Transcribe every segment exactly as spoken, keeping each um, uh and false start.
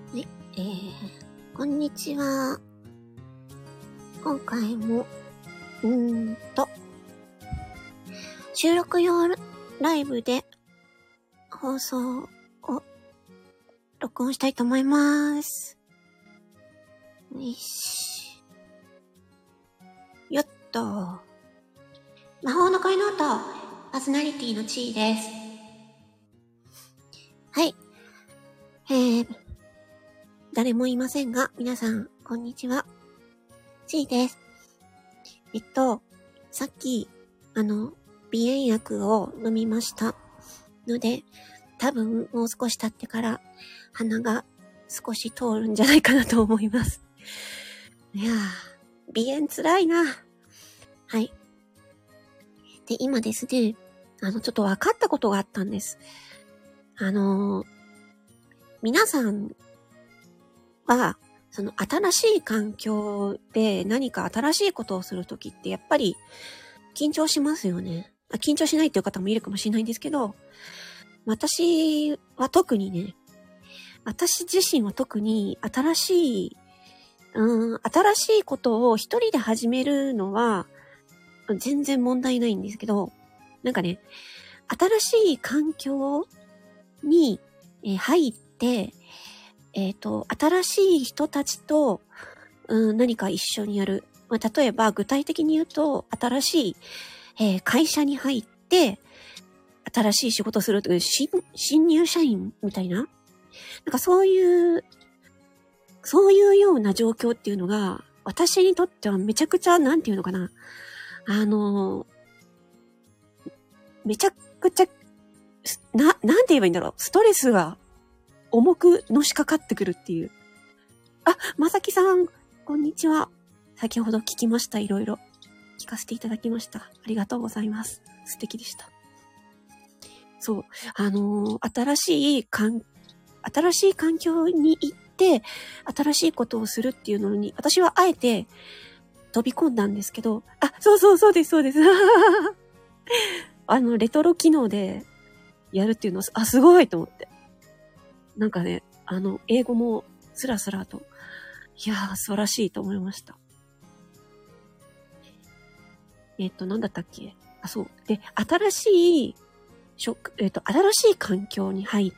はい、えー、こんにちは。今回も、うーんと、収録用ライブで放送を録音したいと思います。よいし。よっと。魔法の声の音、パーソナリティのちーです。はい。えー、誰もいませんが、皆さん、こんにちは。ちーです。えっと、さっき、あの、鼻炎薬を飲みましたので、多分もう少し経ってから鼻が少し通るんじゃないかなと思います。いやー、鼻炎つらいな。はい。で、今ですね、あの、ちょっと分かったことがあったんです。あのー、皆さんは、その新しい環境で何か新しいことをするときってやっぱり緊張しますよね。緊張しないっていう方もいるかもしれないんですけど、私は特にね、私自身は特に新しい、うーん、新しいことを一人で始めるのは全然問題ないんですけど、なんかね、新しい環境に入って、えっと、新しい人たちと、うん、何か一緒にやる。まあ、例えば具体的に言うと、新しい、えー、会社に入って、新しい仕事をするという新、新入社員みたいな。なんかそういう、そういうような状況っていうのが、私にとってはめちゃくちゃ、なんていうのかな。あの、めちゃくちゃ、な、なんて言えばいいんだろう。ストレスが重くのしかかってくるっていう。あ、まさきさん、こんにちは。先ほど聞きました。いろいろ聞かせていただきました。ありがとうございます。素敵でした。そう。あのー、新しい環、新しい環境に行って、新しいことをするっていうのに、私はあえて飛び込んだんですけど、あ、そうそうそうです、そうです。あの、レトロ機能でやるっていうのは、あ、すごいと思って。なんかね、あの、英語もスラスラと、いやー、素晴らしいと思いました。えっと、なんだったっけ？あ、そう。で、新しい、職、えっと、新しい環境に入って、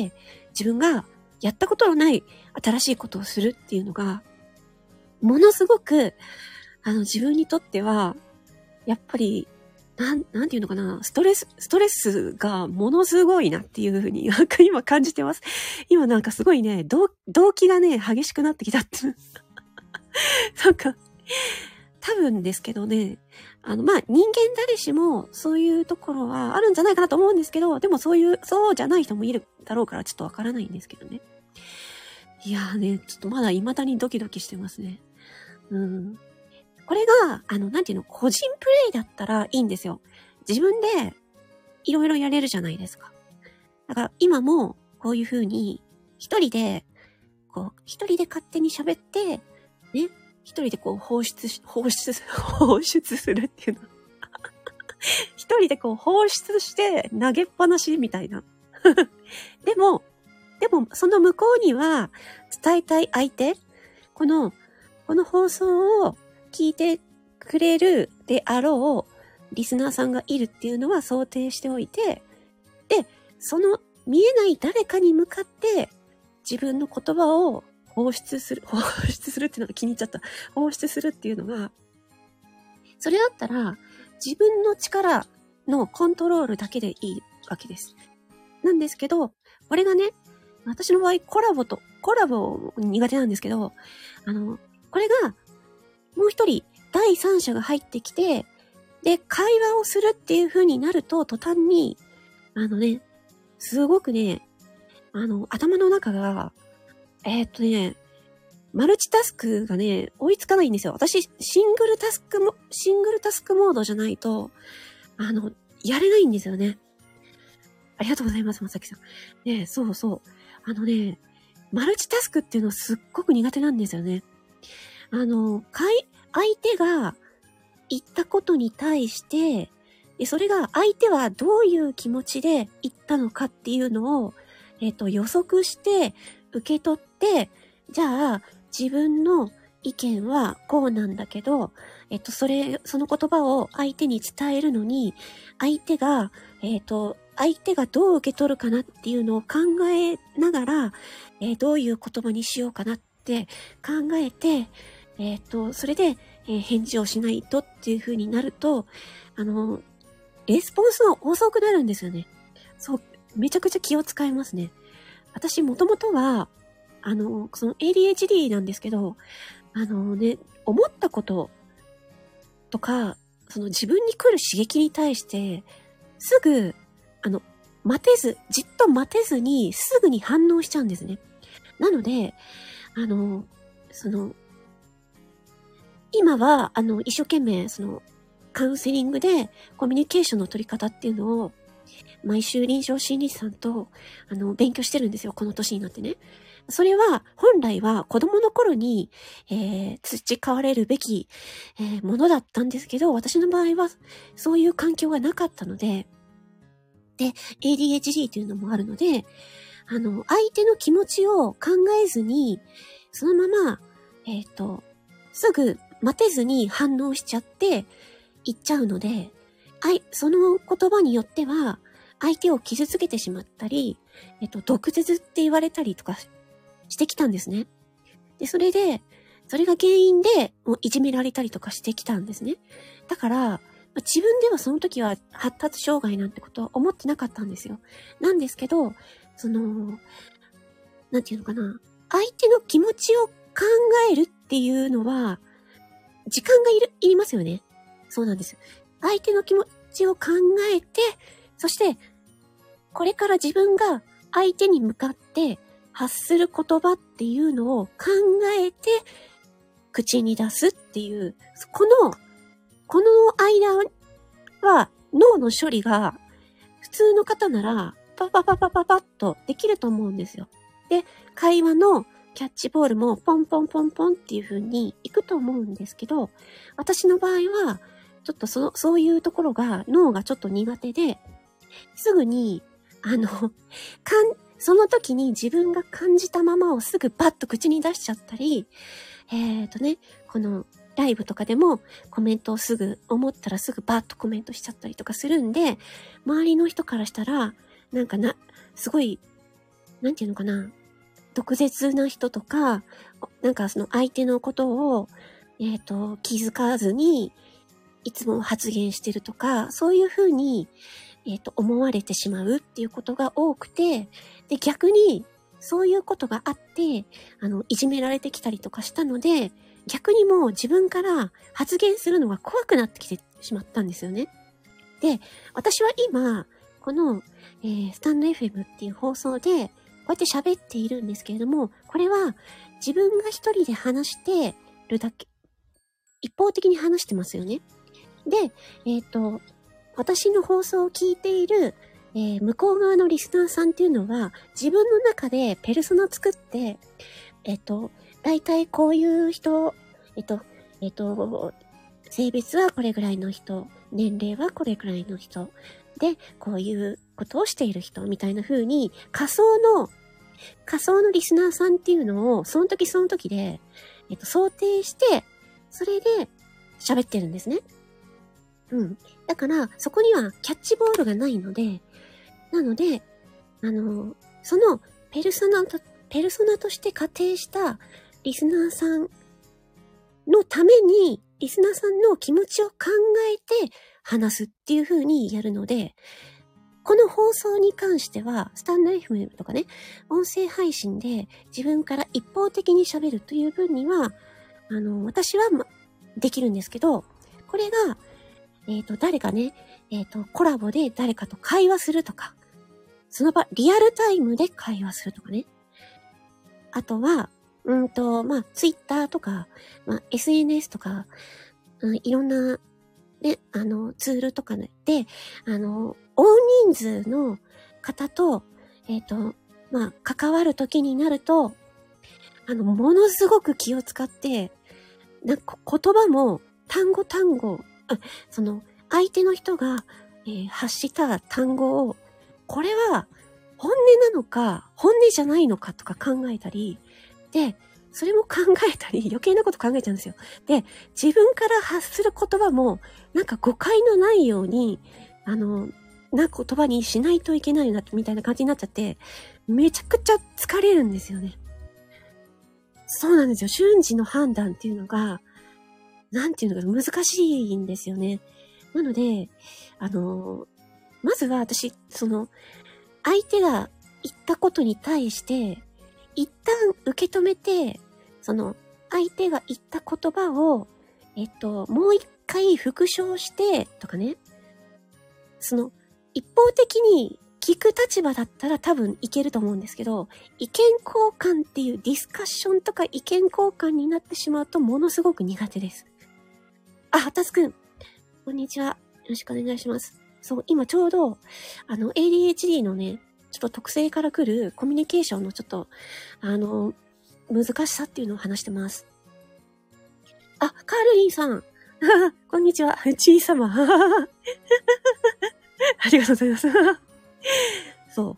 自分がやったことのない新しいことをするっていうのが、ものすごく、あの、自分にとっては、やっぱり、なん、なんていうのかな、ストレス、ストレスがものすごいなっていうふうに、なんか今感じてます。今なんかすごいね、動、動機がね、激しくなってきたって。なんか、多分ですけどね、あの、まあ、人間誰しもそういうところはあるんじゃないかなと思うんですけど、でもそういう、そうじゃない人もいるだろうからちょっとわからないんですけどね。いやーね、ちょっとまだ未だにドキドキしてますね。うん。これが、あの、なんていうの、個人プレイだったらいいんですよ。自分でいろいろやれるじゃないですか。だから今もこういう風に一人で、こう、一人で勝手に喋って、ね、一人でこう放出し、放出、放出するっていうの。一人でこう放出して投げっぱなしみたいな。でも、でもその向こうには伝えたい相手、この、この放送を聞いてくれるであろうリスナーさんがいるっていうのは想定しておいて、で、その見えない誰かに向かって自分の言葉を放出する、放出するっていうのが気に入っちゃった。放出するっていうのが、それだったら自分の力のコントロールだけでいいわけです。なんですけど、これがね、私の場合コラボと、コラボ苦手なんですけど、あの、これがもう一人第三者が入ってきて、で、会話をするっていう風になると途端に、あのね、すごくね、あの、頭の中が、えー、っとね、マルチタスクがね、追いつかないんですよ。私、シングルタスクも、シングルタスクモードじゃないと、あの、やれないんですよね。ありがとうございます、まさきさん。ね、そうそう。あのね、マルチタスクっていうのすっごく苦手なんですよね。あの、かい、相手が言ったことに対して、で、それが相手はどういう気持ちで言ったのかっていうのを、えっと、予測して、 受け取って、じゃあ自分の意見はこうなんだけど、えっと、それ、その言葉を相手に伝えるのに、相手が、えっと、相手がどう受け取るかなっていうのを考えながら、えー、どういう言葉にしようかなって考えて、えっと、それで、えー、返事をしないとっていう風になると、あの、レスポンスが遅くなるんですよね。そう、めちゃくちゃ気を使いますね。私もともとは、あの、その エーディーエイチディー なんですけど、あのね、思ったこととか、その自分に来る刺激に対して、すぐ、あの、待てず、じっと待てずに、すぐに反応しちゃうんですね。なので、あの、その、今は、あの、一生懸命、その、カウンセリングでコミュニケーションの取り方っていうのを、毎週臨床心理士さんと、あの、勉強してるんですよ。この年になってね。それは、本来は子供の頃に、えー、培われるべき、えー、ものだったんですけど、私の場合は、そういう環境がなかったので、で、エーディーエイチディー というのもあるので、あの、相手の気持ちを考えずに、そのまま、えっと、すぐ待てずに反応しちゃって、言っちゃうので、あい、その言葉によっては、相手を傷つけてしまったり、えっと、毒舌って言われたりとかしてきたんですね。で、それで、それが原因で、もういじめられたりとかしてきたんですね。だから、自分ではその時は発達障害なんてことは思ってなかったんですよ。なんですけど、その、なんていうのかな。相手の気持ちを考えるっていうのは、時間がいる、いりますよね。そうなんです。相手の気持ちを考えて、そして、これから自分が相手に向かって発する言葉っていうのを考えて、口に出すっていう、この、この間は脳の処理が普通の方ならパパパパパパッとできると思うんですよ。で、会話のキャッチボールもポンポンポンポンっていう風にいくと思うんですけど、私の場合はちょっとその、そういうところが脳がちょっと苦手で、すぐに、あの、かん、その時に自分が感じたままをすぐバッと口に出しちゃったり、えーとね、このライブとかでもコメントをすぐ思ったらすぐバッとコメントしちゃったりとかするんで、周りの人からしたら、なんかな、すごい、なんていうのかな、毒舌な人とか、なんかその相手のことを、えーと、気づかずに、いつも発言してるとか、そういうふうに、えっと、思われてしまうっていうことが多くて、で、逆に、そういうことがあって、あの、いじめられてきたりとかしたので、逆にもう自分から発言するのが怖くなってきてしまったんですよね。で、私は今、この、えー、スタンド エフエム っていう放送で、こうやって喋っているんですけれども、これは自分が一人で話してるだけ、一方的に話してますよね。で、えっと、私の放送を聞いている、えー、向こう側のリスナーさんっていうのは、自分の中でペルソナ作って、えっと、大体こういう人、えっと、えっと、性別はこれぐらいの人、年齢はこれぐらいの人、で、こういうことをしている人、みたいな風に、仮想の、仮想のリスナーさんっていうのを、その時その時で、えっと、想定して、それで喋ってるんですね。うん。だから、そこにはキャッチボールがないので、なので、あの、そのペルソナと、ペルソナとして仮定したリスナーさんのために、リスナーさんの気持ちを考えて話すっていう風にやるので、この放送に関しては、スタンド エフエム とかね、音声配信で自分から一方的に喋るという分には、あの、私は、ま、できるんですけど、これが、えっと、誰かね、えっと、コラボで誰かと会話するとか、その場、リアルタイムで会話するとかね。あとは、うんと、まあ、ツイッターとか、まあ、エスエヌエス とか、うん、いろんな、ね、あの、ツールとかで、あの、大人数の方と、えっと、まあ、関わる時になると、あの、ものすごく気を使って、なんか言葉も単語単語、あ、その、相手の人が、えー発した単語を、これは、 本音なのか、本音じゃないのかとか考えたり、で、それも考えたり、余計なこと考えちゃうんですよ。で、自分から発する言葉も、なんか誤解のないように、あの、な言葉にしないといけないな、みたいな感じになっちゃって、めちゃくちゃ疲れるんですよね。そうなんですよ。瞬時の判断っていうのが、なんていうのか難しいんですよね。なので、あの、まずは私、その、相手が言ったことに対して、一旦受け止めて、その、相手が言った言葉を、えっと、もう一回復唱して、とかね。その、一方的に聞く立場だったら多分いけると思うんですけど、意見交換っていうディスカッションとか意見交換になってしまうとものすごく苦手です。あ、たすくん。こんにちは。よろしくお願いします。そう、今ちょうど、あの、エーディーエイチディー のね、ちょっと特性から来るコミュニケーションのちょっと、あの、難しさっていうのを話してます。あ、カールリーさん。こんにちは。ちいさま。ありがとうございます。そう。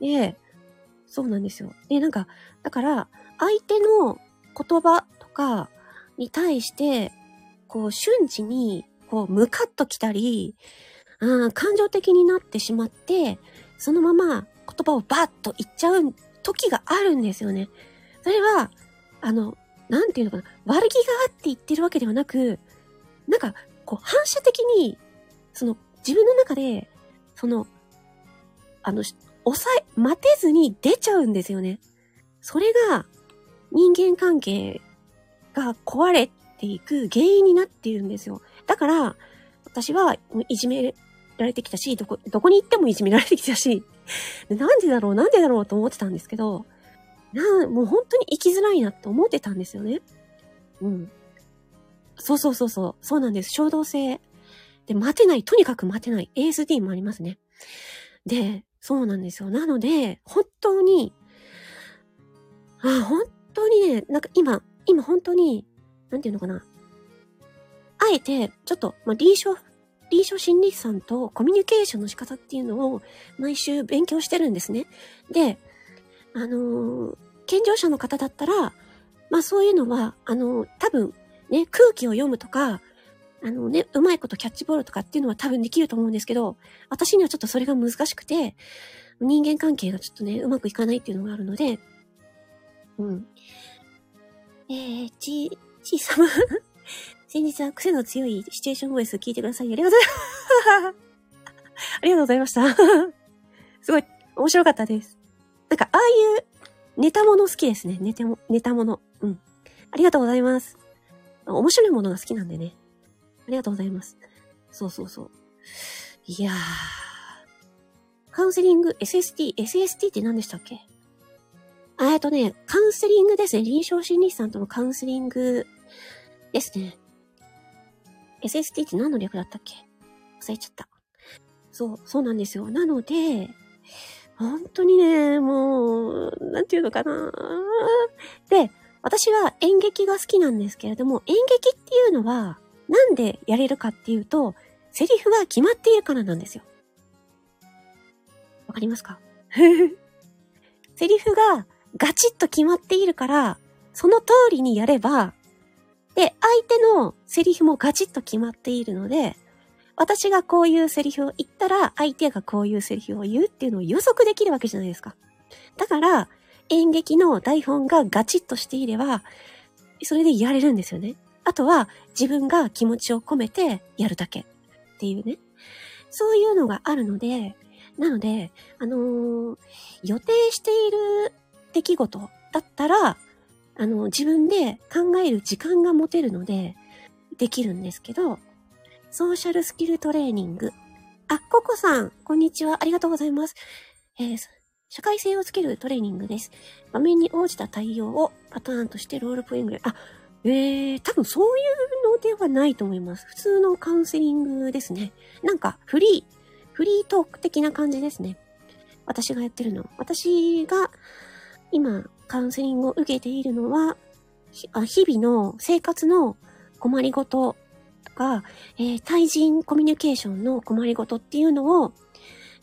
で、そうなんですよ。で、なんか、だから、相手の言葉とかに対して、こう、瞬時に、こう、ムカッときたり、うん、感情的になってしまって、そのまま言葉をバッと言っちゃう時があるんですよね。それは、あの、なんていうのかな、悪気があって言ってるわけではなく、なんか、こう、反射的に、その、自分の中で、その、あの、抑え、待てずに出ちゃうんですよね。それが、人間関係が壊れていく原因になっているんですよ。だから、私はいじめられてきたし、どこ、どこに行ってもいじめられてきたし、なんでだろう、なんでだろうと思ってたんですけど、な、もう本当に生きづらいなって思ってたんですよね。うん。そうそうそうそう。そうなんです。衝動性。で、待てない。とにかく待てない。エーエスディー もありますね。で、そうなんですよ。なので、本当に、あ、本当にね、なんか今、今本当に、なんていうのかな。あえて、ちょっと、まあ、臨床、臨床心理士さんとコミュニケーションの仕方っていうのを毎週勉強してるんですね。で、あのー、健常者の方だったら、まあそういうのは、あのー、多分、ね、空気を読むとか、あのね、うまいことキャッチボールとかっていうのは多分できると思うんですけど、私にはちょっとそれが難しくて、人間関係がちょっとね、うまくいかないっていうのがあるので、うん。えー、ち、ちいさま。先日は癖の強いシチュエーションボイス聞いてください。ありがとうございます。ありがとうございました。すごい、面白かったです。なんか、ああいうネタもの好きですね。ネタも、ネタもの。うん。ありがとうございます。面白いものが好きなんでね。ありがとうございます。そうそうそう。いやー。カウンセリング、エスエスティー、エスエスティー って何でしたっけ？えっとね、カウンセリングですね。臨床心理士さんとのカウンセリングですね。エスエスティー って何の略だったっけ？忘れちゃった。そう、そうなんですよ。なので、本当にね、もう、なんていうのかな。で、私は演劇が好きなんですけれども、演劇っていうのは、なんでやれるかっていうと、セリフが決まっているからなんですよ。わかりますか？セリフがガチッと決まっているから、その通りにやれば、で、相手のセリフもガチッと決まっているので、私がこういうセリフを言ったら、相手がこういうセリフを言うっていうのを予測できるわけじゃないですか。だから、演劇の台本がガチッとしていれば、それでやれるんですよね。あとは、自分が気持ちを込めてやるだけっていうね。そういうのがあるので、なので、あのー、予定している出来事だったら、あの、自分で考える時間が持てるので、できるんですけど、ソーシャルスキルトレーニング。あ、ココさん、こんにちは。ありがとうございます。えー、社会性をつけるトレーニングです。場面に応じた対応をパターンとしてロールプレイングで、あ、えー、多分そういうのではないと思います。普通のカウンセリングですね。なんか、フリー、フリートーク的な感じですね。私がやってるの。私が今、カウンセリングを受けているのは、日々の生活の困りごととか、えー、対人コミュニケーションの困りごとっていうのを、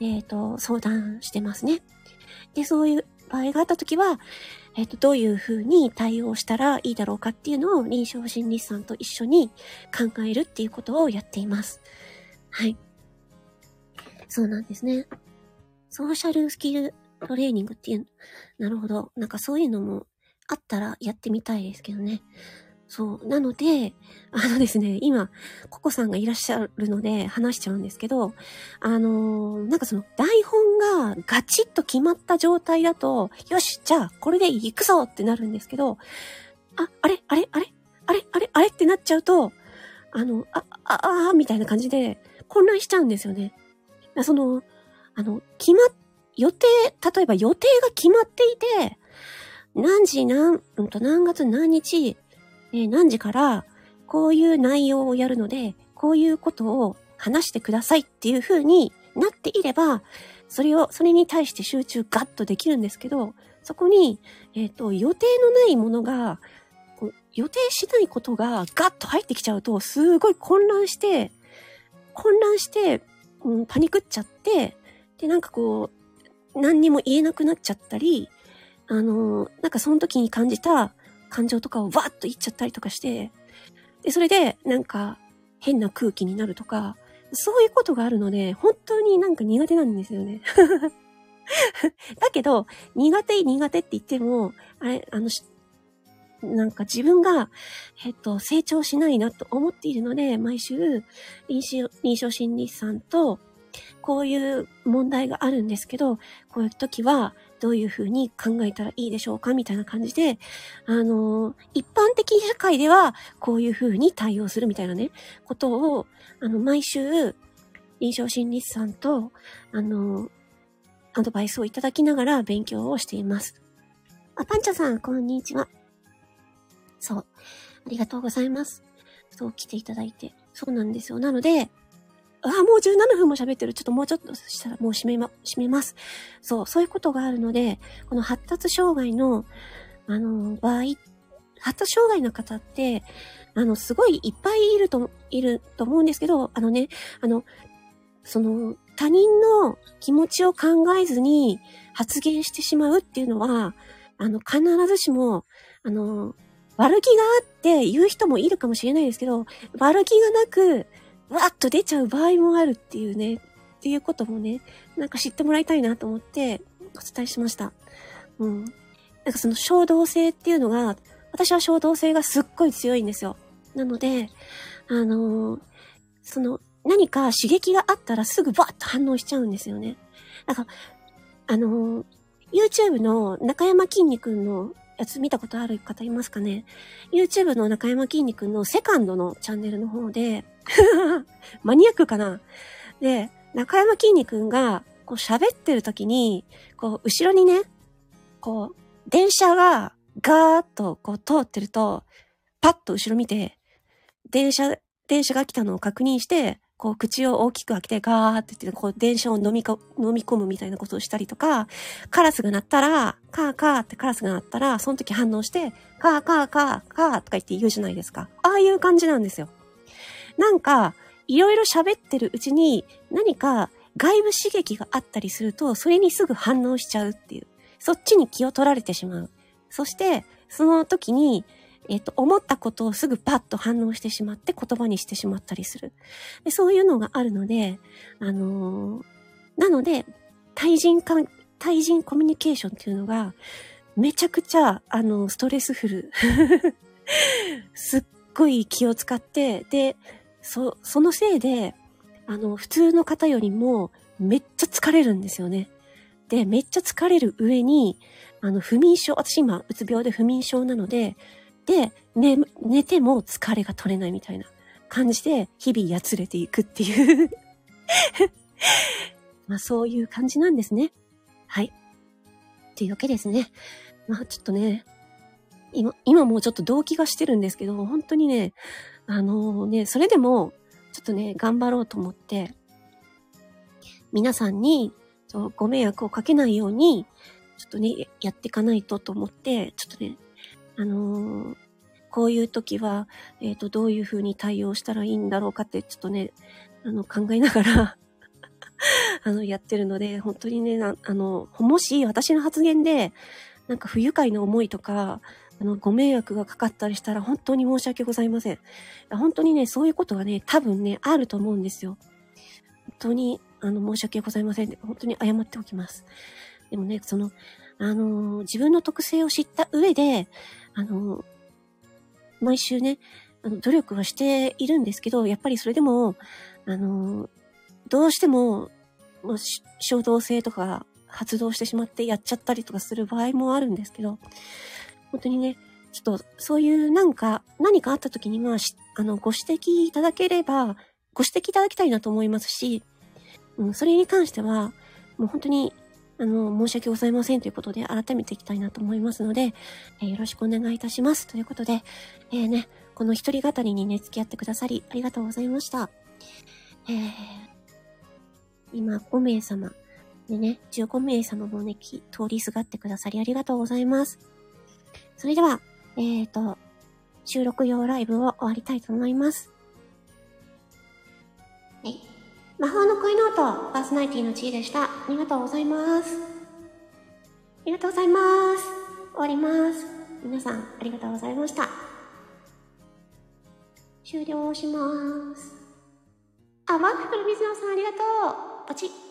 えっと、相談してますね。で、そういう場合があったときは、えっと、どういうふうに対応したらいいだろうかっていうのを臨床心理士さんと一緒に考えるっていうことをやっています。はい。そうなんですね。ソーシャルスキルトレーニングっていう、なるほど。なんかそういうのもあったらやってみたいですけどね。そう。なので、あのですね、今、ココさんがいらっしゃるので話しちゃうんですけど、あのー、なんかその台本がガチッと決まった状態だと、よし、じゃあこれで行くぞってなるんですけど、あ、あれあれあれあれあれあれってなっちゃうと、あの、あ、あ、あ、みたいな感じで混乱しちゃうんですよね。その、あの、決ま、予定、例えば予定が決まっていて、何時何、うんと何月何日、えー、何時からこういう内容をやるので、こういうことを話してくださいっていう風になっていれば、それを、それに対して集中ガッとできるんですけど、そこに、えっと、予定のないものが、こう予定しないことがガッと入ってきちゃうと、すごい混乱して、混乱して、うん、パニクっちゃって、で、なんかこう、何にも言えなくなっちゃったり、あの、なんかその時に感じた感情とかをわーっと言っちゃったりとかして、で、それでなんか変な空気になるとか、そういうことがあるので、本当になんか苦手なんですよね。だけど、苦手苦手って言っても、あれ、あの、なんか自分が、えっと、成長しないなと思っているので、毎週、臨床、臨床心理士さんと、こういう問題があるんですけど、こういう時はどういうふうに考えたらいいでしょうかみたいな感じで、あの、一般的社会ではこういうふうに対応するみたいなね、ことを、あの、毎週、臨床心理士さんと、あの、アドバイスをいただきながら勉強をしています。あ、パンチャさん、こんにちは。そう。ありがとうございます。そう、来ていただいて。そうなんですよ。なので、あ、もうじゅうななふんも喋ってる。ちょっともうちょっとしたらもう閉めま、閉めます。そう、そういうことがあるので、この発達障害の、あの、場合、発達障害の方って、あの、すごいいっぱいいると、いると思うんですけど、あのね、あの、その、他人の気持ちを考えずに発言してしまうっていうのは、あの、必ずしも、あの、悪気があって言う人もいるかもしれないですけど、悪気がなく、わーっと出ちゃう場合もあるっていうね、っていうこともね、なんか知ってもらいたいなと思ってお伝えしました。うん。なんかその衝動性っていうのが、私は衝動性がすっごい強いんですよ。なので、あのー、その何か刺激があったらすぐバーッと反応しちゃうんですよね。だから、あのー、YouTube の中山きんに君のやつ見たことある方いますかね？ YouTube の中山きんに君のセカンドのチャンネルの方で、マニアックかな？で、中山きんに君がこう喋ってる時に、こう後ろにね、こう電車がガーッとこう通ってると、パッと後ろ見て、電車、電車が来たのを確認して、こう口を大きく開けてガーって言って、こう電車を飲みか、飲み込むみたいなことをしたりとか、カラスが鳴ったら、カーカーってカラスが鳴ったら、その時反応して、カーカーカーカーとか言って言うじゃないですか。ああいう感じなんですよ。なんか、いろいろ喋ってるうちに、何か外部刺激があったりすると、それにすぐ反応しちゃうっていう。そっちに気を取られてしまう。そして、その時に、えっと、思ったことをすぐパッと反応してしまって言葉にしてしまったりする。でそういうのがあるので、あのー、なので、対人間、対人コミュニケーションっていうのが、めちゃくちゃ、あの、ストレスフル。すっごい気を使って、で、そ、そのせいで、あの、普通の方よりも、めっちゃ疲れるんですよね。で、めっちゃ疲れる上に、あの、不眠症、私今、うつ病で不眠症なので、で、寝、寝ても疲れが取れないみたいな感じで、日々やつれていくっていう。まあ、そういう感じなんですね。はい。というわけですね。まあ、ちょっとね、今、今もうちょっと動機がしてるんですけど、本当にね、あのー、ね、それでも、ちょっとね、頑張ろうと思って、皆さんに、ご迷惑をかけないように、ちょっとね、やっていかないとと思って、ちょっとね、あのー、こういう時は、えっと、どういう風に対応したらいいんだろうかって、ちょっとね、あの、考えながらあの、やってるので、本当にね、なあの、もし私の発言で、なんか不愉快な思いとか、あの、ご迷惑がかかったりしたら本当に申し訳ございません。本当にね、そういうことがね、多分ね、あると思うんですよ。本当に、あの、申し訳ございませんで、本当に謝っておきます。でもね、その、あのー、自分の特性を知った上で、あのー、毎週ね、あの、努力はしているんですけど、やっぱりそれでも、あのー、どうしても、もう衝動性とか発動してしまってやっちゃったりとかする場合もあるんですけど、本当にね、ちょっとそういうなんか、何かあった時には、あの、ご指摘いただければ、ご指摘いただきたいなと思いますし、うん、それに関しては、もう本当に、あの、申し訳ございませんということで改めていきたいなと思いますので、えー、よろしくお願いいたします。ということで、えー、ね、この一人語りにね、付き合ってくださり、ありがとうございました。えー、今、ご名様、でね、じゅうご名様もね、通りすがってくださりありがとうございます。それでは、えーと、収録用ライブを終わりたいと思います。はい。魔法の恋ノート、パーソナリティのちいでした。ありがとうございます。ありがとうございます。終わります。皆さん、ありがとうございました。終了します。あ、ワッフル水野さんありがとう。ポチッ。